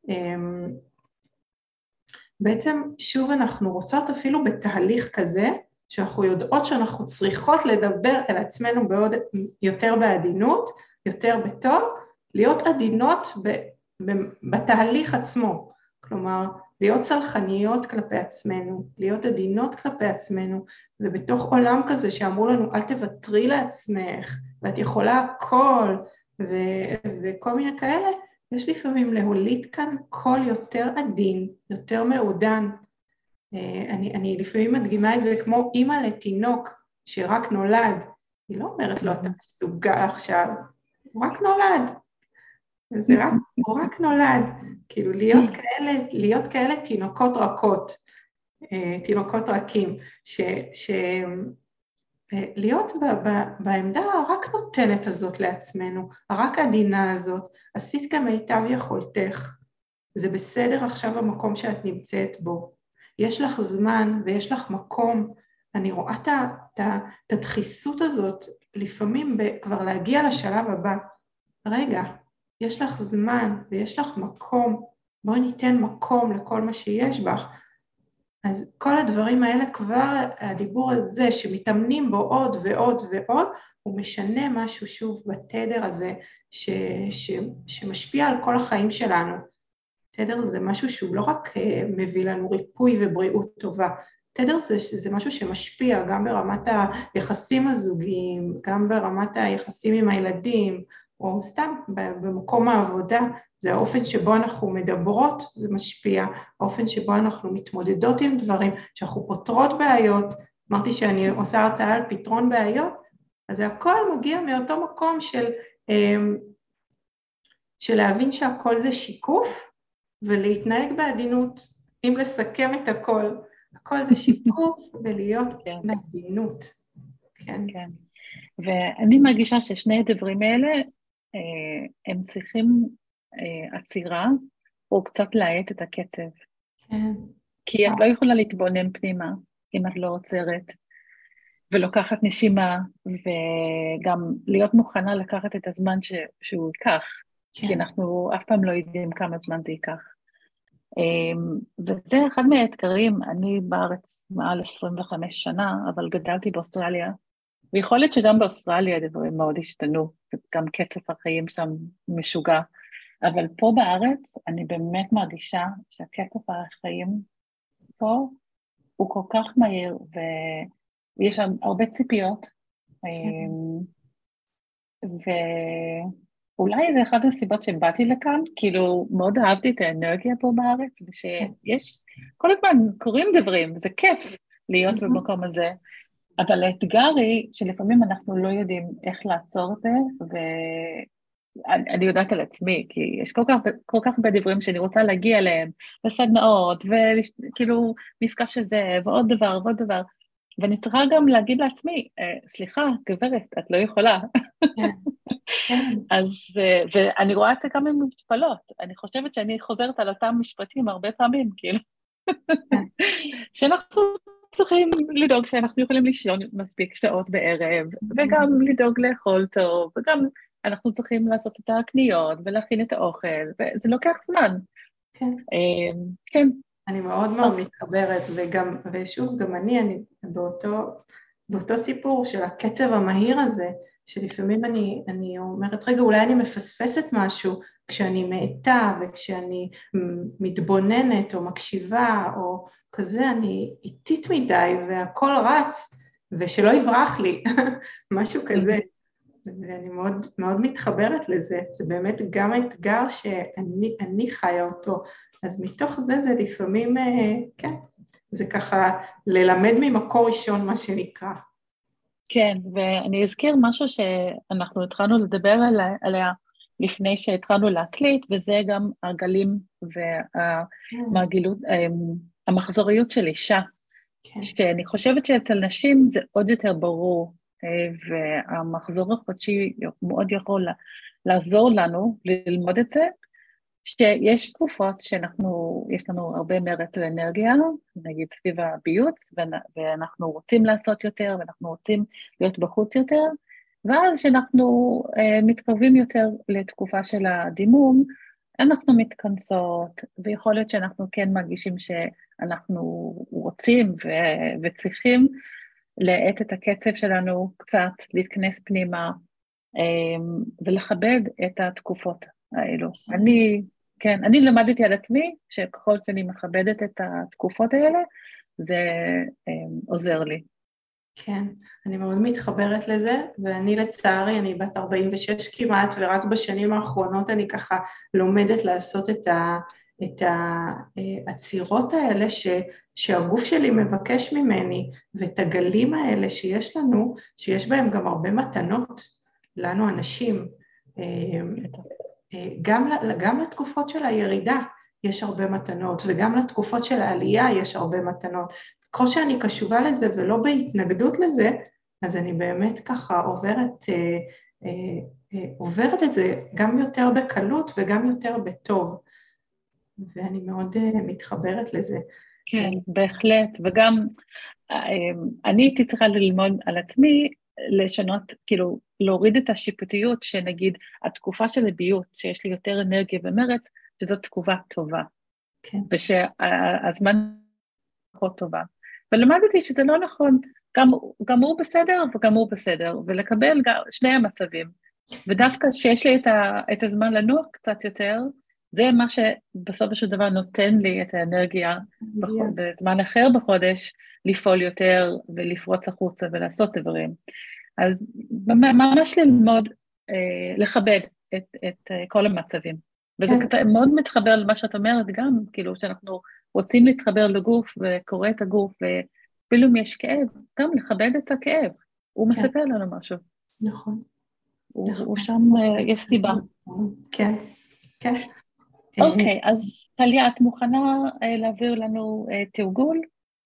בעצם שוב אנחנו רוצות אפילו בתהליך כזה, שאנחנו יודעות שאנחנו צריכות לדבר אל עצמנו בעוד, יותר בעדינות, יותר בטוב, להיות עדינות ב, ב, בתהליך עצמו, כלומר, להיות סלחניות כלפי עצמנו, להיות עדינות כלפי עצמנו, ובתוך עולם כזה שאמרו לנו, אל תוותרי לעצמך, ואת יכולה הכל, ו- וכל מיני כאלה, יש לפעמים להוליד כאן קול יותר עדין, יותר מעודן. אני, אני לפעמים מדגימה את זה כמו אימא לתינוק שרק נולד, היא לא אומרת לו, אתה מסוגל עכשיו, הוא רק נולד. זה רק, הוא רק נולד, כאילו להיות כאלה, להיות כאלה תינוקות רכות, תינוקות רכים, ש, ש, להיות ב, ב, בעמדה הרק נותנת הזאת לעצמנו, הרק עדינה הזאת, עשית כמיטב יכולתך, זה בסדר עכשיו המקום שאת נמצאת בו, יש לך זמן ויש לך מקום, אני רואה את הדחיסות הזאת, לפעמים כבר להגיע לשלב הבא, רגע, יש לך זמן ויש לך מקום, בואי ניתן מקום לכל מה שיש בך, אז כל הדברים האלה כבר, הדיבור הזה שמתאמנים בו עוד ועוד ועוד, הוא משנה משהו שוב בתדר הזה ש, ש, שמשפיע על כל החיים שלנו. תדר זה משהו שהוא לא רק מביא לנו ריפוי ובריאות טובה, תדר זה, זה משהו שמשפיע גם ברמת היחסים הזוגיים, גם ברמת היחסים עם הילדים, או סתם במקום העבודה, זה האופן שבו אנחנו מדברות, זה משפיע, האופן שבו אנחנו מתמודדות עם דברים, שאנחנו פותרות בעיות, אמרתי שאני עושה הרצאה על פתרון בעיות, אז הכל מגיע מאותו מקום של, של להבין שהכל זה שיקוף, ולהתנהג בעדינות, אם לסכם את הכל, הכל זה שיקוף ולהיות כן. בעדינות. כן. כן. ואני מרגישה ששני הדברים האלה, הם צריכים עצירה, או קצת להאט את הקצב. כן. כי את לא יכולה להתבונן פנימה, אם את לא עוצרת, ולוקחת נשימה, וגם להיות מוכנה לקחת את הזמן ש... שהוא ייקח, כן. כי אנחנו אף פעם לא יודעים כמה זמן זה ייקח. וזה אחד מהאתגרים, אני בארץ מעל עשרים וחמש שנה, אבל גדלתי באוסטרליה, ויכול להיות שגם באוסטרליה דברים מאוד השתנו, גם קצב החיים שם משוגע, אבל פה בארץ אני באמת מרגישה שהקצב החיים פה הוא כל כך מהיר, ויש שם הרבה ציפיות, ואולי זה אחת הסיבות שבאתי לכאן, כאילו מאוד אהבתי את האנרגיה פה בארץ, ושיש, כל הזמן קוראים דברים, זה כיף להיות במקום הזה, אבל האתגר היא שלפעמים אנחנו לא יודעים איך לעצור את זה, ואני יודעת על עצמי, כי יש כל כך, כל כך הרבה דברים שאני רוצה להגיע אליהם, לסדנאות, וכאילו מפגש הזה, ועוד דבר, ועוד דבר, ואני צריכה גם להגיד לעצמי, סליחה, גברת, את לא יכולה. אז, ואני רואה את זה כמה משפלות, אני חושבת שאני חוזרת על אותם משפטים הרבה פעמים, כאילו, שאנחנו צריכים לדאוג שאנחנו יכולים לישון מספיק שעות בערב, וגם לדאוג לאכול טוב, וגם אנחנו צריכים לעשות את הקניות, ולהכין את האוכל, וזה לוקח זמן. כן. כן. אני מאוד מאוד מתחברת, וגם, ושוב, גם אני, אני באותו, באותו סיפור של הקצב המהיר הזה, שלפעמים אני, אני אומרת, רגע, אולי אני מפספסת משהו, כשאני מעטה, וכשאני מתבוננת, או מקשיבה, או כזה, אני איטית מדי, והכל רץ, ושלא יברח לי, משהו כזה. ואני מאוד, מאוד מתחברת לזה, זה באמת גם אתגר שאני, אני חיה אותו, אז מתוך זה זה לפעמים, כן, זה ככה ללמד ממקור ראשון, מה שנקרא. כן, ואני אזכיר משהו שאנחנו התחלנו לדבר עליה, עליה לפני שהתחלנו להקליט, וזה גם הגלים והמרגילות, המחזוריות של אישה, כן. שאני חושבת שאצל נשים זה עוד יותר ברור, והמחזור החודשי מאוד יכול לעזור לנו ללמוד את זה, שיש תקופות שאנחנו, יש לנו הרבה מרץ ואנרגיה, נגיד סביב הביות, ואנחנו רוצים לעשות יותר, ואנחנו רוצים להיות בחוץ יותר, ואז שאנחנו מתקרבים יותר לתקופה של הדימום, אנחנו מתכנסות, ויכול להיות שאנחנו כן מרגישים שאנחנו רוצים ו- וצריכים להאט את הקצב שלנו קצת, להתכנס פנימה, ולכבד את התקופות האלו. אני, כן, אני למדתי על עצמי, שככל שאני מכבדת את התקופות האלה, זה עוזר לי. כן, אני מאוד מתחברת לזה, ואני לצערי, אני בת ארבעים ושש כמעט, ורק בשנים האחרונות אני ככה לומדת לעשות את ה... את העצירות האלה ש, שהגוף שלי מבקש ממני, ואת הגלים האלה שיש לנו, שיש בהם גם הרבה מתנות, לנו אנשים, גם, גם לתקופות של הירידה יש הרבה מתנות, וגם לתקופות של העלייה יש הרבה מתנות. כל שאני קשובה לזה ולא בהתנגדות לזה, אז אני באמת ככה עוברת, עוברת את זה גם יותר בקלות וגם יותר בטוב. ואני מאוד מתחברת לזה. כן, בהחלט, וגם אני הייתי צריכה ללמוד על עצמי, לשנות, כאילו, להוריד את השיפוטיות, שנגיד, התקופה של הביות, שיש לי יותר אנרגיה ומרץ, שזאת תקופה טובה. כן. ושהזמן פחות טובה. ולמדתי שזה לא נכון, גם, גם הוא בסדר וגם הוא בסדר, ולקבל גם שני המצבים. ודווקא שיש לי את, ה, את הזמן לנוח קצת יותר, זה מה שבסופו של דבר נותן לי את האנרגיה בזמן אחר בחודש, לפעול יותר ולפרוץ החוצה ולעשות דברים. אז ממש ללמוד, לכבד את, את כל המצבים. וזה מאוד מתחבר למה שאת אומרת גם, כאילו שאנחנו רוצים להתחבר לגוף וקורא את הגוף, ואפילו אם יש כאב, גם לכבד את הכאב. הוא מספר לנו משהו. נכון. הוא שם, יש סיבה. כן, כן. אוקיי, אז טליה, את מוכנה להעביר לנו תרגול?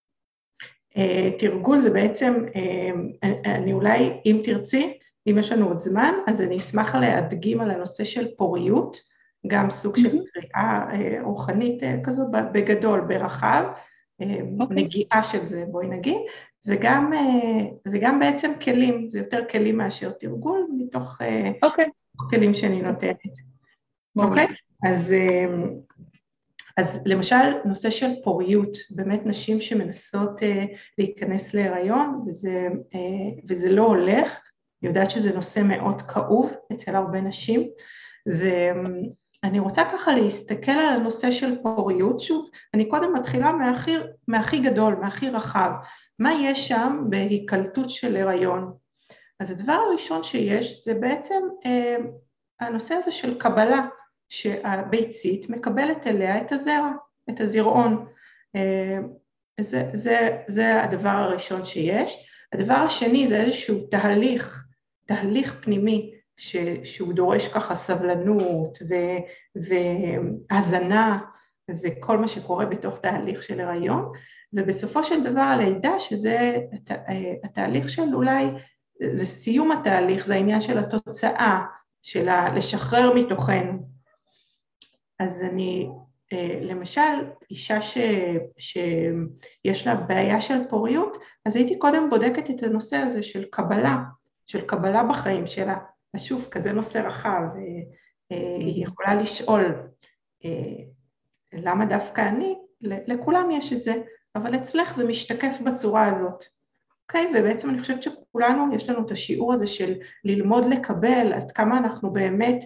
תרגול זה בעצם, אני אולי, אם תרצי, אם יש לנו עוד זמן, אז אני אשמח להדגים על הנושא של פוריות, גם סוג של קריאה רוחנית כזו, בגדול, ברחב, נגיעה של זה, בואי נגיד, וגם, וגם בעצם כלים, זה יותר כלים מאשר תרגול, מתוך כלים שאני נותנת. אוקיי? אז, אז למשל נושא של פוריות, באמת נשים שמנסות uh, להיכנס להיריון, וזה, uh, וזה לא הולך, אני יודעת שזה נושא מאוד כאוב אצל הרבה נשים, ואני רוצה ככה להסתכל על הנושא של פוריות, שוב, אני קודם מתחילה מהכי, מהכי גדול, מהכי רחב, מה יש שם בהיקלטות של הריון? אז הדבר הראשון שיש זה בעצם uh, הנושא הזה של קבלה, שהביצית מקבלת אליה את הזרע, את הזרעון. זה, זה, זה הדבר הראשון שיש. הדבר השני זה איזשהו תהליך, תהליך פנימי, ש, שהוא דורש ככה סבלנות ו, והזנה, וכל מה שקורה בתוך תהליך של הריון, ובסופו של דבר הלידה, שזה התהליך של אולי, זה סיום התהליך, זה העניין של התוצאה, של לשחרר מתוכנו. אז אני, למשל, אישה ש, שיש לה בעיה של פוריות, אז הייתי קודם בודקת את הנושא הזה של קבלה, של קבלה בחיים שלה. אז שוב, כזה נושא רחב, היא יכולה לשאול, למה דווקא אני? לכולם יש את זה, אבל אצלך זה משתקף בצורה הזאת. אוקיי? ובעצם אני חושבת שכולנו, יש לנו את השיעור הזה של ללמוד לקבל, עד כמה אנחנו באמת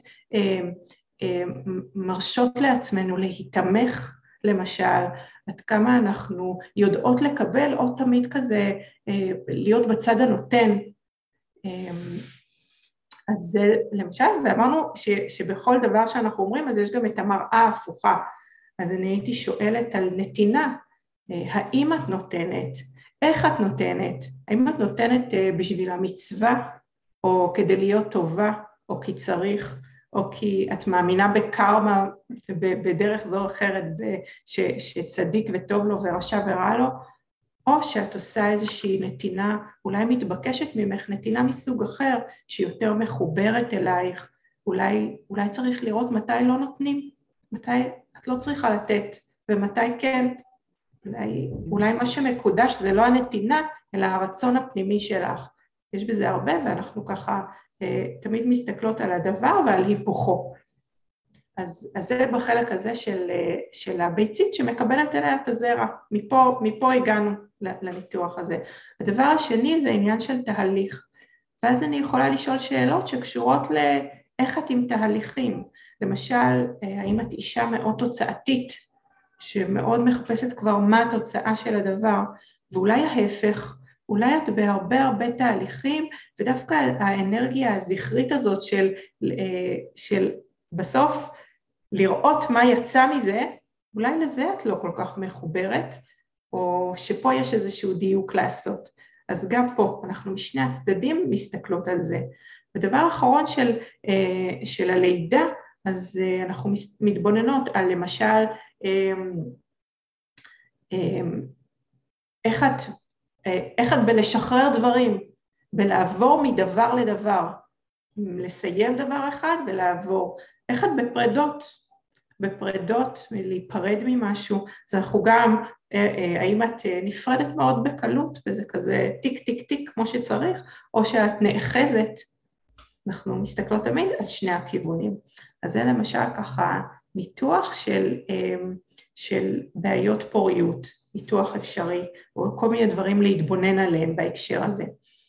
מרשות לעצמנו להתמך, למשל, עד כמה אנחנו יודעות לקבל, או תמיד כזה להיות בצד הנותן. אז זה למשל, ואמרנו ש, שבכל דבר שאנחנו אומרים, אז יש גם את המראה ההפוכה. אז אני הייתי שואלת על נתינה, האם את נותנת? איך את נותנת? האם את נותנת בשביל המצווה, או כדי להיות טובה, או כי צריך, או כי את מאמינה בקרמה, בדרך זו או אחרת, ש, שצדיק וטוב לו ורשע ורע לו, או שאת עושה איזושהי נתינה, אולי מתבקשת ממך, נתינה מסוג אחר, שהיא יותר מחוברת אלייך, אולי, אולי צריך לראות מתי לא נותנים, מתי את לא צריכה לתת, ומתי כן, אולי, אולי מה שמקודש זה לא הנתינה, אלא הרצון הפנימי שלך. יש בזה הרבה, ואנחנו ככה אה, תמיד מסתכלות על הדבר ועל היפוכו. אז, אז זה בחלק הזה של, של הביצית שמקבלת אליה את הזרע. מפה, מפה הגענו לניתוח הזה. הדבר השני זה עניין של תהליך. ואז אני יכולה לשאול שאלות שקשורות לאיך את עם תהליכים. למשל, האם את אישה מאוד תוצאתית, שמאוד מחפשת כבר מה התוצאה של הדבר, ואולי ההפך, אולי את בהרבה הרבה תהליכים, ודווקא האנרגיה הזכרית הזאת של, של בסוף לראות מה יצא מזה, אולי לזה את לא כל כך מחוברת, או שפה יש איזשהו דיוק לעשות. אז גם פה, אנחנו משני הצדדים מסתכלות על זה. ודבר אחרון של, של הלידה, אז אנחנו מתבוננות על למשל, איך את, איך את בלשחרר דברים, בלעבור מדבר לדבר, לסיים דבר אחד ולעבור. איך את בפרדות, בפרדות, להיפרד ממשהו, אז אנחנו גם, האם את נפרדת מאוד בקלות, וזה כזה טיק טיק טיק כמו שצריך, או שאת נאחזת, אנחנו מסתכלות תמיד על שני הכיוונים. אז זה למשל ככה ניתוח של, של בעיות פוריות, ניתוח אפשרי, או כל מיני דברים להתבונן עליהם בהקשר הזה.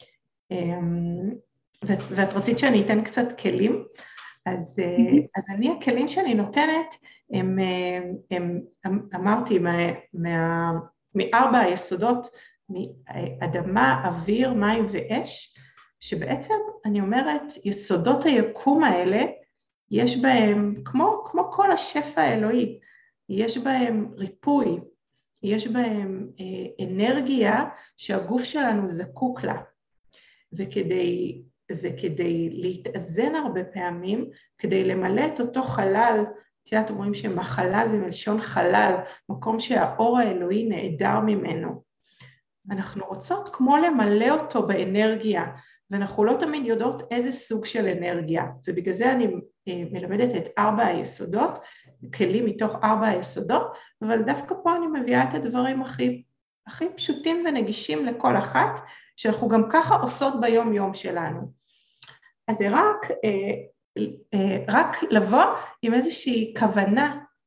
ואת, ואת רצית שאני אתן קצת כלים, אז, אז אני הכלים שאני נותנת, הם, הם, אמרתי, מה, מה, מארבע היסודות, מאדמה, אוויר, מים ואש, שבעצם אני אומרת, יסודות היקום האלה, יש בהם, כמו, כמו כל השפע האלוהי, יש בהם ריפוי, יש בהם אה, אנרגיה שהגוף שלנו זקוק לה, וכדי, וכדי להתאזן הרבה פעמים, כדי למלא את אותו חלל, תיאת אומרים שמחלה זה מלשון חלל, מקום שהאור האלוהי נעדר ממנו. אנחנו רוצות כמו למלא אותו באנרגיה, ואנחנו לא תמיד יודעות איזה סוג של אנרגיה, ובגלל זה אני מלמדת את ארבע היסודות, כלים מתוך ארבע היסודות, אבל דווקא פה אני מביאה את הדברים הכי, הכי פשוטים ונגישים לכל אחת, שאנחנו גם ככה עושות ביום יום שלנו. אז זה רק, רק לבוא עם איזושהי כוונה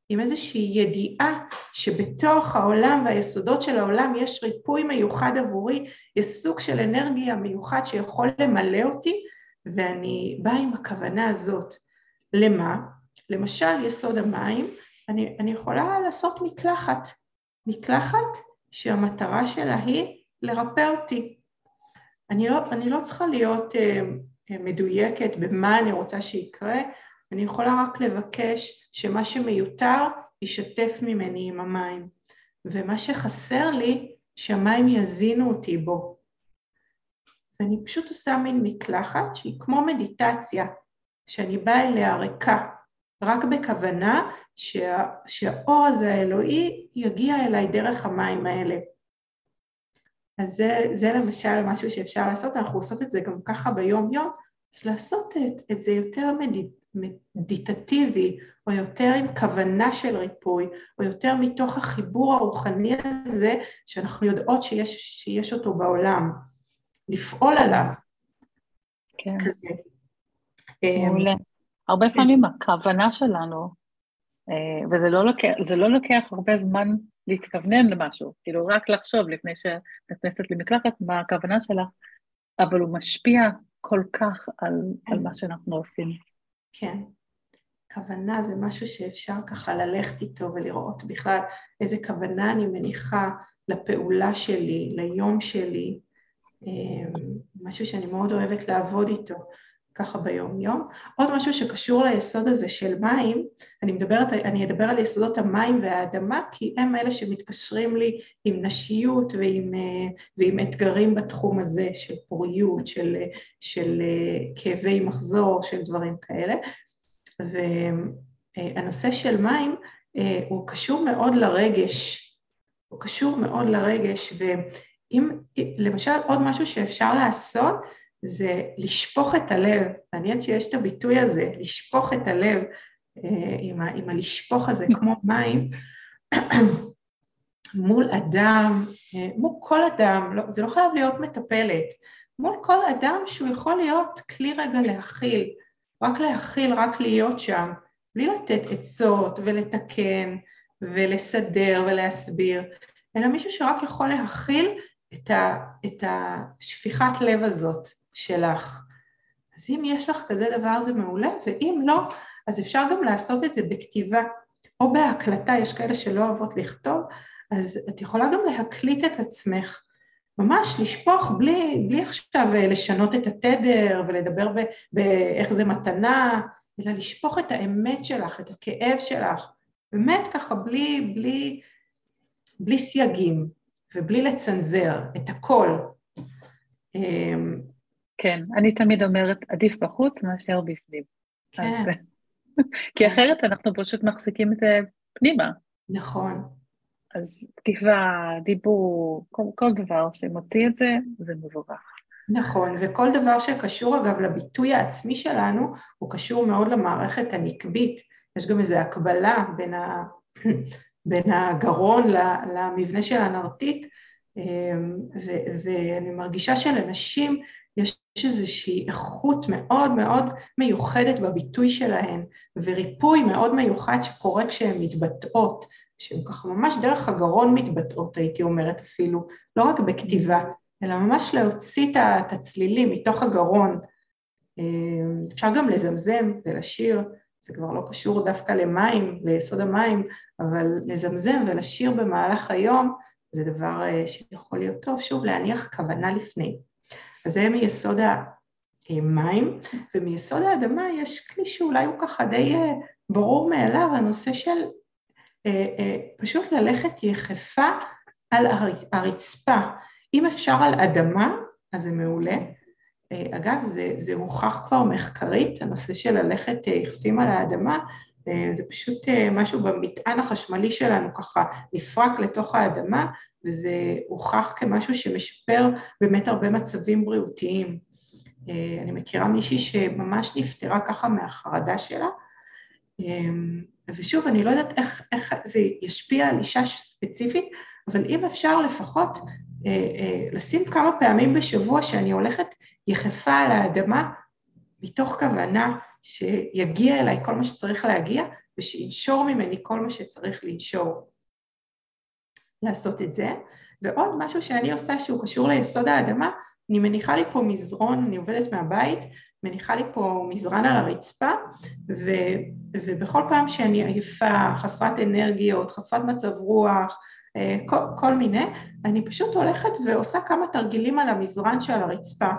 עם איזושהי ידיעה שבתוך העולם והיסודות של העולם יש ריפוי מיוחד עבורי, יש סוג של אנרגיה מיוחד שיכול למלא אותי, ואני באה עם הכוונה הזאת. למה? למשל יסוד המים, אני, אני יכולה לעשות מקלחת, מקלחת שהמטרה שלה היא לרפא אותי. אני לא, אני לא צריכה להיות אה, מדויקת במה אני רוצה שיקרה, אני יכולה רק לבקש שמה שמיותר ישתף ממני עם המים, ומה שחסר לי שהמים יזינו אותי בו. ואני פשוט עושה מין מקלחת שהיא כמו מדיטציה, שאני באה אליה ריקה, רק בכוונה שה, שהאור הזה האלוהי יגיע אליי דרך המים האלה. אז זה, זה למשל משהו שאפשר לעשות, אנחנו עושות את זה גם ככה ביום יום, אז לעשות את, את זה יותר מדיט, מדיטטיבי, או יותר עם כוונה של ריפוי, או יותר מתוך החיבור הרוחני הזה, שאנחנו יודעות שיש, שיש אותו בעולם, לפעול עליו. כן. כזה. מעולה. הרבה פעמים הכוונה שלנו, וזה לא לוקח, זה לא לוקח הרבה זמן להתכוונן למשהו, כאילו רק לחשוב לפני שנכנסת למקלחת מה הכוונה שלך, אבל הוא משפיע כל כך על, על מה שאנחנו עושים. כן. כוונה זה משהו שאפשר ככה ללכת איתו ולראות בכלל איזה כוונה אני מניחה לפעולה שלי, ליום שלי, משהו שאני מאוד אוהבת לעבוד איתו ככה ביום יום. עוד משהו שקשור ליסוד הזה של מים, אני מדברת, אני אדבר על יסודות המים והאדמה, כי הם אלה שמתקשרים לי עם נשיות ועם, ועם אתגרים בתחום הזה של פוריות, של, של כאבי מחזור, של דברים כאלה. והנושא של מים הוא קשור מאוד לרגש, הוא קשור מאוד לרגש, ואם למשל עוד משהו שאפשר לעשות, זה לשפוך את הלב, מעניין שיש את הביטוי הזה, לשפוך את הלב, עם, ה, עם הלשפוך הזה כמו מים, מול אדם, מול כל אדם, לא, זה לא חייב להיות מטפלת, מול כל אדם שהוא יכול להיות כלי רגע להכיל, רק להכיל, רק להיות שם, בלי לתת עצות ולתקן ולסדר ולהסביר, אלא מישהו שרק יכול להכיל את, ה, את השפיכת לב הזאת שלך. אז אם יש לך כזה דבר זה מעולה, ואם לא, אז אפשר גם לעשות את זה בכתיבה, או בהקלטה, יש כאלה שלא אוהבות לכתוב, אז את יכולה גם להקליט את עצמך, ממש לשפוך בלי, בלי עכשיו לשנות את התדר ולדבר ב, באיך זה מתנה, אלא לשפוך את האמת שלך, את הכאב שלך, באמת ככה בלי, בלי, בלי סייגים ובלי לצנזר את הכל. כן, אני תמיד אומרת עדיף בחוץ מאשר בפנים. כן. אז, כי אחרת אנחנו פשוט מחזיקים את זה פנימה. נכון. אז כתיבה, דיבור, כל, כל דבר שמוציא את זה, זה מבורך. נכון, וכל דבר שקשור אגב לביטוי העצמי שלנו, הוא קשור מאוד למערכת הנקבית. יש גם איזו הקבלה בין, ה... בין הגרון למבנה של הנרתיק, ו... ואני מרגישה שלנשים יש איזושהי איכות מאוד מאוד מיוחדת בביטוי שלהן, וריפוי מאוד מיוחד שקורה כשהן מתבטאות, שהן ככה ממש דרך הגרון מתבטאות, הייתי אומרת אפילו, לא רק בכתיבה, אלא ממש להוציא את הצלילים מתוך הגרון. אפשר גם לזמזם ולשיר, זה כבר לא קשור דווקא למים, ליסוד המים, אבל לזמזם ולשיר במהלך היום, זה דבר שיכול להיות טוב, שוב, להניח כוונה לפני. אז זה מיסוד המים, ומיסוד האדמה יש כלי שאולי הוא ככה די ברור מאליו, הנושא של פשוט ללכת יחפה על הרצפה. אם אפשר על אדמה, אז זה מעולה. אגב, זה, זה הוכח כבר מחקרית, הנושא של ללכת יחפים על האדמה, זה פשוט משהו במטען החשמלי שלנו ככה נפרק לתוך האדמה, וזה הוכח כמשהו שמשפר באמת הרבה מצבים בריאותיים. אני מכירה מישהי שממש נפטרה ככה מהחרדה שלה, ושוב, אני לא יודעת איך, איך זה ישפיע על אישה ספציפית, אבל אם אפשר לפחות לשים כמה פעמים בשבוע שאני הולכת יחפה על האדמה, מתוך כוונה שיגיע אליי כל מה שצריך להגיע, ושינשור ממני כל מה שצריך לנשור. לעשות את זה. ועוד משהו שאני עושה שהוא קשור ליסוד האדמה, אני מניחה לי פה מזרון, אני עובדת מהבית, מניחה לי פה מזרן על הרצפה, ו, ובכל פעם שאני עייפה, חסרת אנרגיות, חסרת מצב רוח, כל, כל מיני, אני פשוט הולכת ועושה כמה תרגילים על המזרן שעל הרצפה.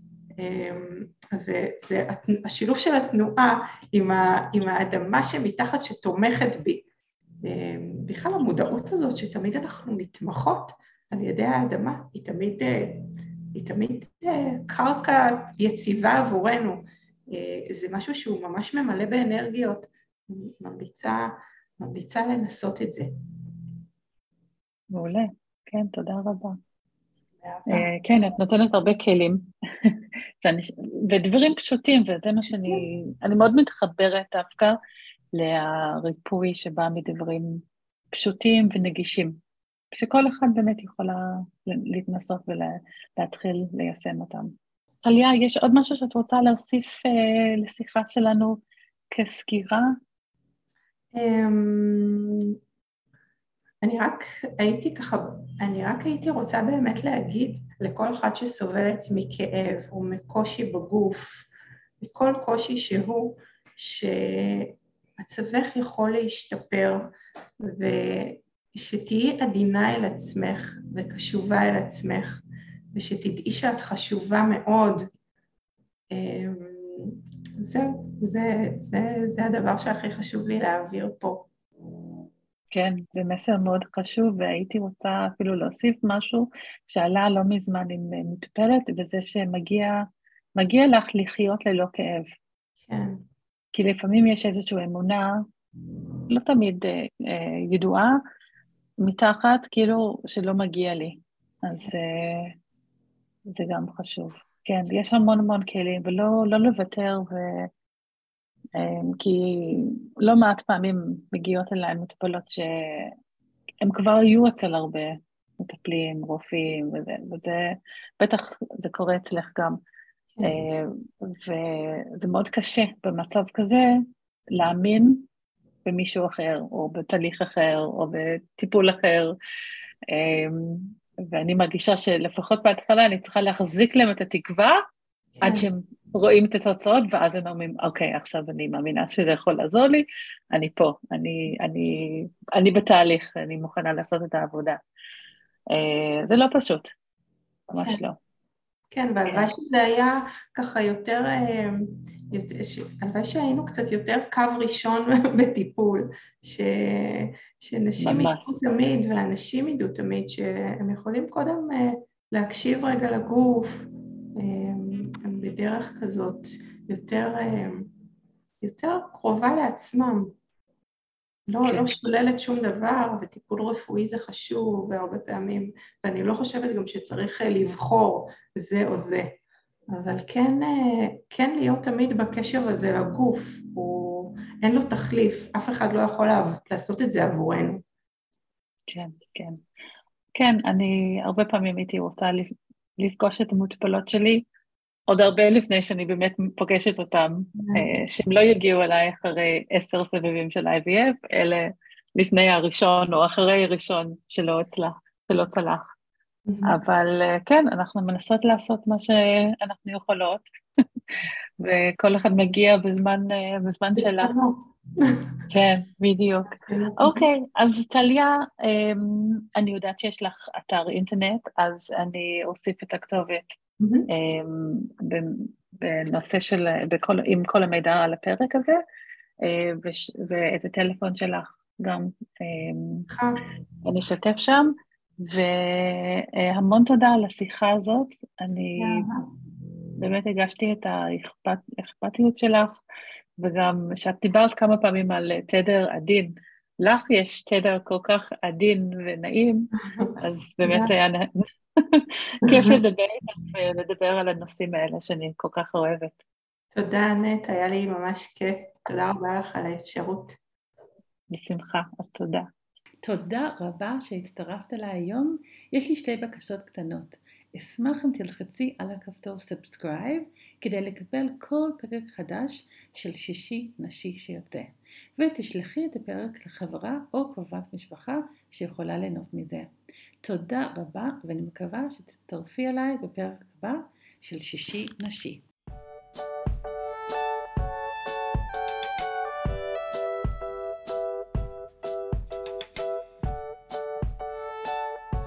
וזה השילוב של התנועה עם, ה, עם האדמה שמתחת שתומכת בי. בכלל המודעות הזאת שתמיד אנחנו נתמכות על ידי האדמה, היא תמיד, היא תמיד קרקע יציבה עבורנו. זה משהו שהוא ממש ממלא באנרגיות. אני ממליצה, ממליצה לנסות את זה. מעולה, כן, תודה רבה. כן, את נותנת הרבה כלים, ודברים פשוטים, וזה מה שאני, אני מאוד מתחברת דווקא לריפוי שבא מדברים פשוטים ונגישים, שכל אחד באמת יכולה להתנסות ולהתחיל ליישם אותם. טליה, יש עוד משהו שאת רוצה להוסיף uh, לשיחה שלנו כסגירה? אני רק הייתי ככה, אני רק הייתי רוצה באמת להגיד לכל אחד שסובלת מכאב או מקושי בגוף, מכל קושי שהוא, שמצבך יכול להשתפר, ושתהיי עדינה אל עצמך וקשובה אל עצמך, ושתדעי שאת חשובה מאוד. זהו, זה, זה, זה הדבר שהכי חשוב לי להעביר פה. כן, זה מסר מאוד חשוב, והייתי רוצה אפילו להוסיף משהו שעלה לא מזמן עם מטופלת, וזה שמגיע מגיע לך לחיות ללא כאב. כן. כי לפעמים יש איזושהי אמונה, לא תמיד אה, אה, ידועה, מתחת, כאילו שלא מגיע לי. אז אה, זה גם חשוב. כן, יש המון המון כלים, ולא לא לוותר, ו... כי לא מעט פעמים מגיעות אליי מטופלות שהם כבר היו אצל הרבה מטפלים, רופאים, וזה, וזה בטח זה קורה אצלך גם. וזה מאוד קשה במצב כזה להאמין במישהו אחר, או בתהליך אחר, או בטיפול אחר, ואני מרגישה שלפחות בהתחלה אני צריכה להחזיק להם את התקווה, עד שהם רואים את התוצאות, ואז הם אומרים, אוקיי, עכשיו אני מאמינה שזה יכול לעזור לי, אני פה, אני, אני, אני בתהליך, אני מוכנה לעשות את העבודה. זה לא פשוט, ממש לא. כן, והלוואי שזה היה ככה יותר, הלוואי שהיינו קצת יותר קו ראשון בטיפול, שנשים ידעו תמיד, ואנשים ידעו תמיד, שהם יכולים קודם להקשיב רגע לגוף, הם בדרך כזאת יותר, יותר קרובה לעצמם, לא, כן. לא שוללת שום דבר, וטיפול רפואי זה חשוב, והרבה פעמים, ואני לא חושבת גם שצריך לבחור זה או זה, אבל כן, כן להיות תמיד בקשר הזה לגוף, הוא, אין לו תחליף, אף אחד לא יכול לעשות את זה עבורנו. כן, כן. כן, אני הרבה פעמים הייתי רוצה לפגוש את המטופלות שלי, עוד הרבה לפני שאני באמת פוגשת אותם, שהם לא יגיעו אליי אחרי עשר סבבים של איי וי אף, אלא לפני הראשון או אחרי הראשון שלא הצלח, שלא צלח. אבל כן, אנחנו מנסות לעשות מה שאנחנו יכולות, וכל אחד מגיע בזמן, בזמן שלה. כן, בדיוק. אוקיי, אז טליה, אני יודעת שיש לך אתר אינטרנט, אז אני אוסיף את הכתובת. בנושא של, בכל, עם כל המידע על הפרק הזה, ואת הטלפון שלך גם אני אשתף שם, והמון תודה על השיחה הזאת, אני באמת הגשתי את האכפתיות שלך, וגם שאת דיברת כמה פעמים על תדר עדין, לך יש תדר כל כך עדין ונעים, אז באמת היה כיף לדבר איתך ולדבר על הנושאים האלה שאני כל כך אוהבת. תודה, נט, היה לי ממש כיף. תודה רבה לך על האפשרות. בשמחה, אז תודה. תודה רבה שהצטרפת אליי היום. יש לי שתי בקשות קטנות. אשמח אם תלחצי על הכפתור סאבסקרייב כדי לקבל כל פרק חדש של שישי נשי שיוצא, ותשלחי את הפרק לחברה או קרובת משפחה שיכולה ליהנות מזה. תודה רבה, ואני מקווה שתצטרפי אליי בפרק הבא של שישי נשי.